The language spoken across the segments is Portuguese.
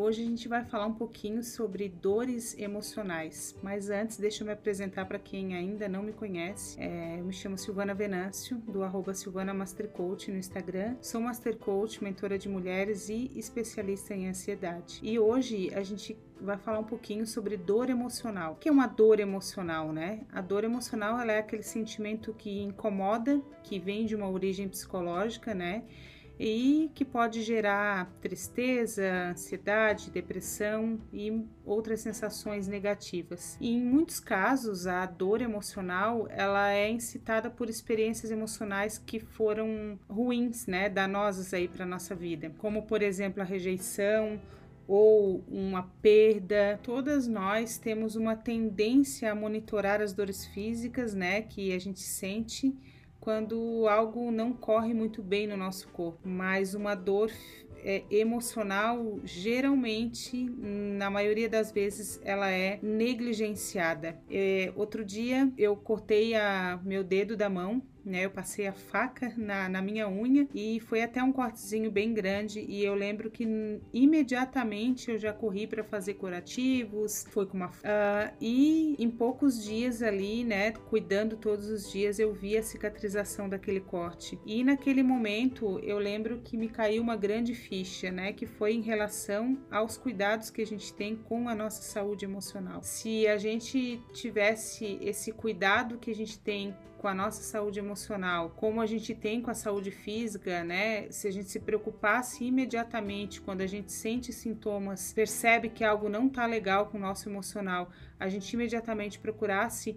Hoje a gente vai falar um pouquinho sobre dores emocionais, mas antes deixa eu me apresentar para quem ainda não me conhece. Eu me chamo Silvana Venâncio, do @Silvana Master Coach no Instagram. Sou Master Coach, mentora de mulheres e especialista em ansiedade. E hoje a gente vai falar um pouquinho sobre dor emocional. O que é uma dor emocional, né? A dor emocional ela é aquele sentimento que incomoda, que vem de uma origem psicológica, né? E que pode gerar tristeza, ansiedade, depressão e outras sensações negativas. E em muitos casos, a dor emocional ela é incitada por experiências emocionais que foram ruins, né, danosas aí para nossa vida, como por exemplo a rejeição ou uma perda. Todas nós temos uma tendência a monitorar as dores físicas, né, que a gente sente quando algo não corre muito bem no nosso corpo, mas uma dor emocional, geralmente, na maioria das vezes, ela é negligenciada. Outro dia eu cortei meu dedo da mão, né? Eu passei a faca na minha unha e foi até um cortezinho bem grande, e eu lembro que imediatamente eu já corri para fazer curativos, foi com uma e em poucos dias ali, né, cuidando todos os dias, eu vi a cicatrização daquele corte. E naquele momento eu lembro que me caiu uma grande ficha, né, que foi em relação aos cuidados que a gente tem com a nossa saúde emocional. Se a gente tivesse esse cuidado que a gente tem com a nossa saúde emocional, como a gente tem com a saúde física, né? Se a gente se preocupasse imediatamente quando a gente sente sintomas, percebe que algo não tá legal com o nosso emocional, a gente imediatamente procurasse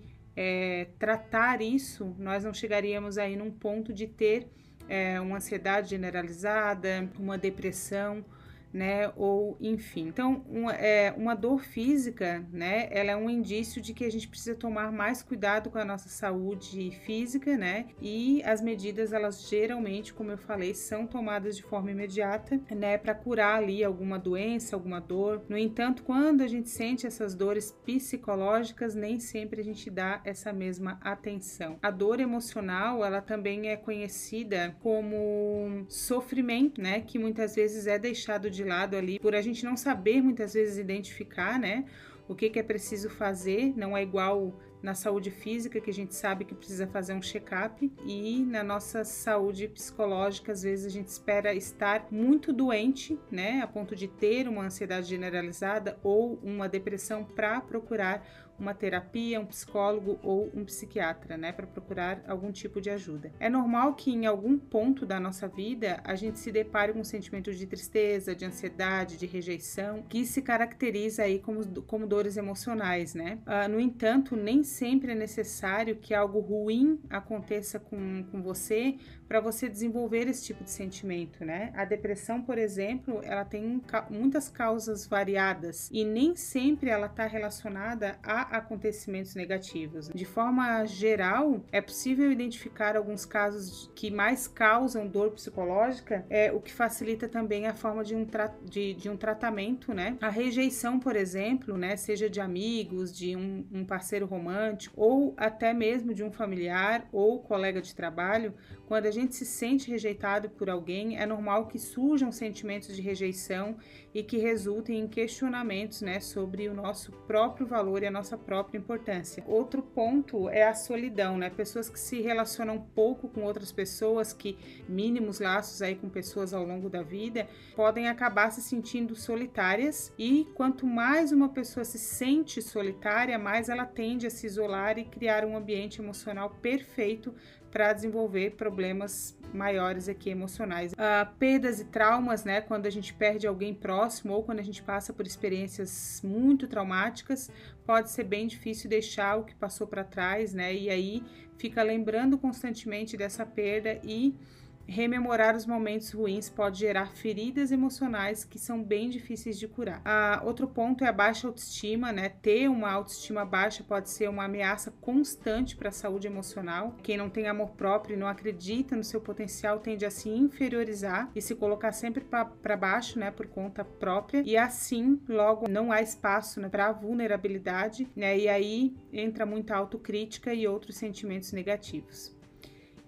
tratar isso, nós não chegaríamos aí num ponto de ter uma ansiedade generalizada, uma depressão, né, ou enfim. Então, uma dor física, né, ela é um indício de que a gente precisa tomar mais cuidado com a nossa saúde física, né, e as medidas, elas geralmente, como eu falei, são tomadas de forma imediata, né, para curar ali alguma doença, alguma dor. No entanto, quando a gente sente essas dores psicológicas, nem sempre a gente dá essa mesma atenção. A dor emocional, ela também é conhecida como sofrimento, né, que muitas vezes é deixado de lado ali, por a gente não saber muitas vezes identificar, né, o que é preciso fazer. Não é igual na saúde física, que a gente sabe que precisa fazer um check-up, e na nossa saúde psicológica, às vezes a gente espera estar muito doente, né, a ponto de ter uma ansiedade generalizada ou uma depressão para procurar uma terapia, um psicólogo ou um psiquiatra, né, para procurar algum tipo de ajuda. É normal que em algum ponto da nossa vida a gente se depare com um sentimento de tristeza, de ansiedade, de rejeição, que se caracteriza aí como dores emocionais, né? No entanto, nem sempre é necessário que algo ruim aconteça com você para você desenvolver esse tipo de sentimento, né? A depressão, por exemplo, ela tem muitas causas variadas e nem sempre ela está relacionada a acontecimentos negativos. De forma geral, é possível identificar alguns casos que mais causam dor psicológica, o que facilita também a forma de um tratamento, né? A rejeição, por exemplo, né, seja de amigos, de um parceiro romântico ou até mesmo de um familiar ou colega de trabalho. Quando a gente se sente rejeitado por alguém, é normal que surjam sentimentos de rejeição e que resultem em questionamentos, né, sobre o nosso próprio valor e a nossa própria importância. Outro ponto é a solidão, né? Pessoas que se relacionam pouco com outras pessoas, que mínimos laços aí com pessoas ao longo da vida, podem acabar se sentindo solitárias, e quanto mais uma pessoa se sente solitária, mais ela tende a se isolar e criar um ambiente emocional perfeito para desenvolver problemas maiores aqui emocionais. Perdas e traumas, né? Quando a gente perde alguém próximo ou quando a gente passa por experiências muito traumáticas, pode ser bem difícil deixar o que passou para trás, né? E aí fica lembrando constantemente dessa perda, e rememorar os momentos ruins pode gerar feridas emocionais que são bem difíceis de curar. Outro ponto é a baixa autoestima, né? Ter uma autoestima baixa pode ser uma ameaça constante para a saúde emocional. Quem não tem amor próprio e não acredita no seu potencial tende a se inferiorizar e se colocar sempre para baixo, né, por conta própria, e assim logo não há espaço, né, para vulnerabilidade, né? E aí entra muita autocrítica e outros sentimentos negativos.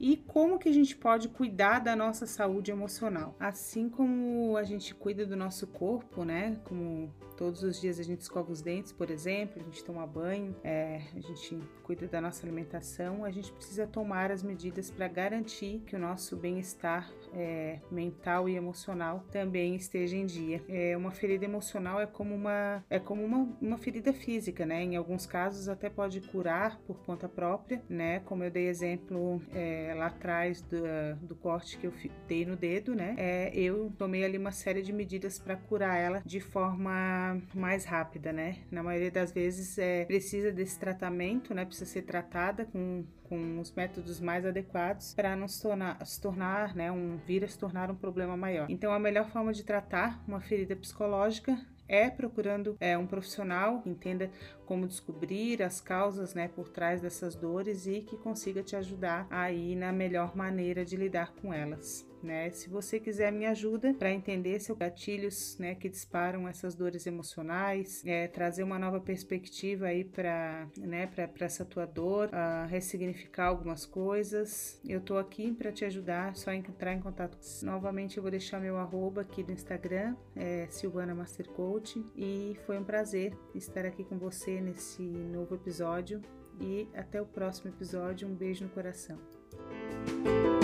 e como que a gente pode cuidar da nossa saúde emocional. Assim como a gente cuida do nosso corpo, né? Como todos os dias a gente escova os dentes, por exemplo, a gente toma banho, a gente cuida da nossa alimentação, a gente precisa tomar as medidas para garantir que o nosso bem-estar mental e emocional também esteja em dia. Uma ferida emocional é como uma ferida física, né? Em alguns casos até pode curar por conta própria, né? Como eu dei exemplo lá atrás do corte que eu dei no dedo, né? Eu tomei ali uma série de medidas para curar ela de forma mais rápida, né? Na maioria das vezes precisa desse tratamento, né? Precisa ser tratada com os métodos mais adequados para não se tornar, né? Vir a se tornar um problema maior. Então, a melhor forma de tratar uma ferida psicológica é procurando um profissional que entenda como descobrir as causas, né, por trás dessas dores e que consiga te ajudar aí na melhor maneira de lidar com elas. Né? Se você quiser minha ajuda para entender seus gatilhos, né, que disparam essas dores emocionais, trazer uma nova perspectiva aí para essa tua dor, ressignificar algumas coisas, eu tô aqui para te ajudar. Só entrar em contato. Novamente eu vou deixar meu @ aqui do Instagram, Silvana Master Coach, e foi um prazer estar aqui com você nesse novo episódio e até o próximo episódio. Um beijo no coração.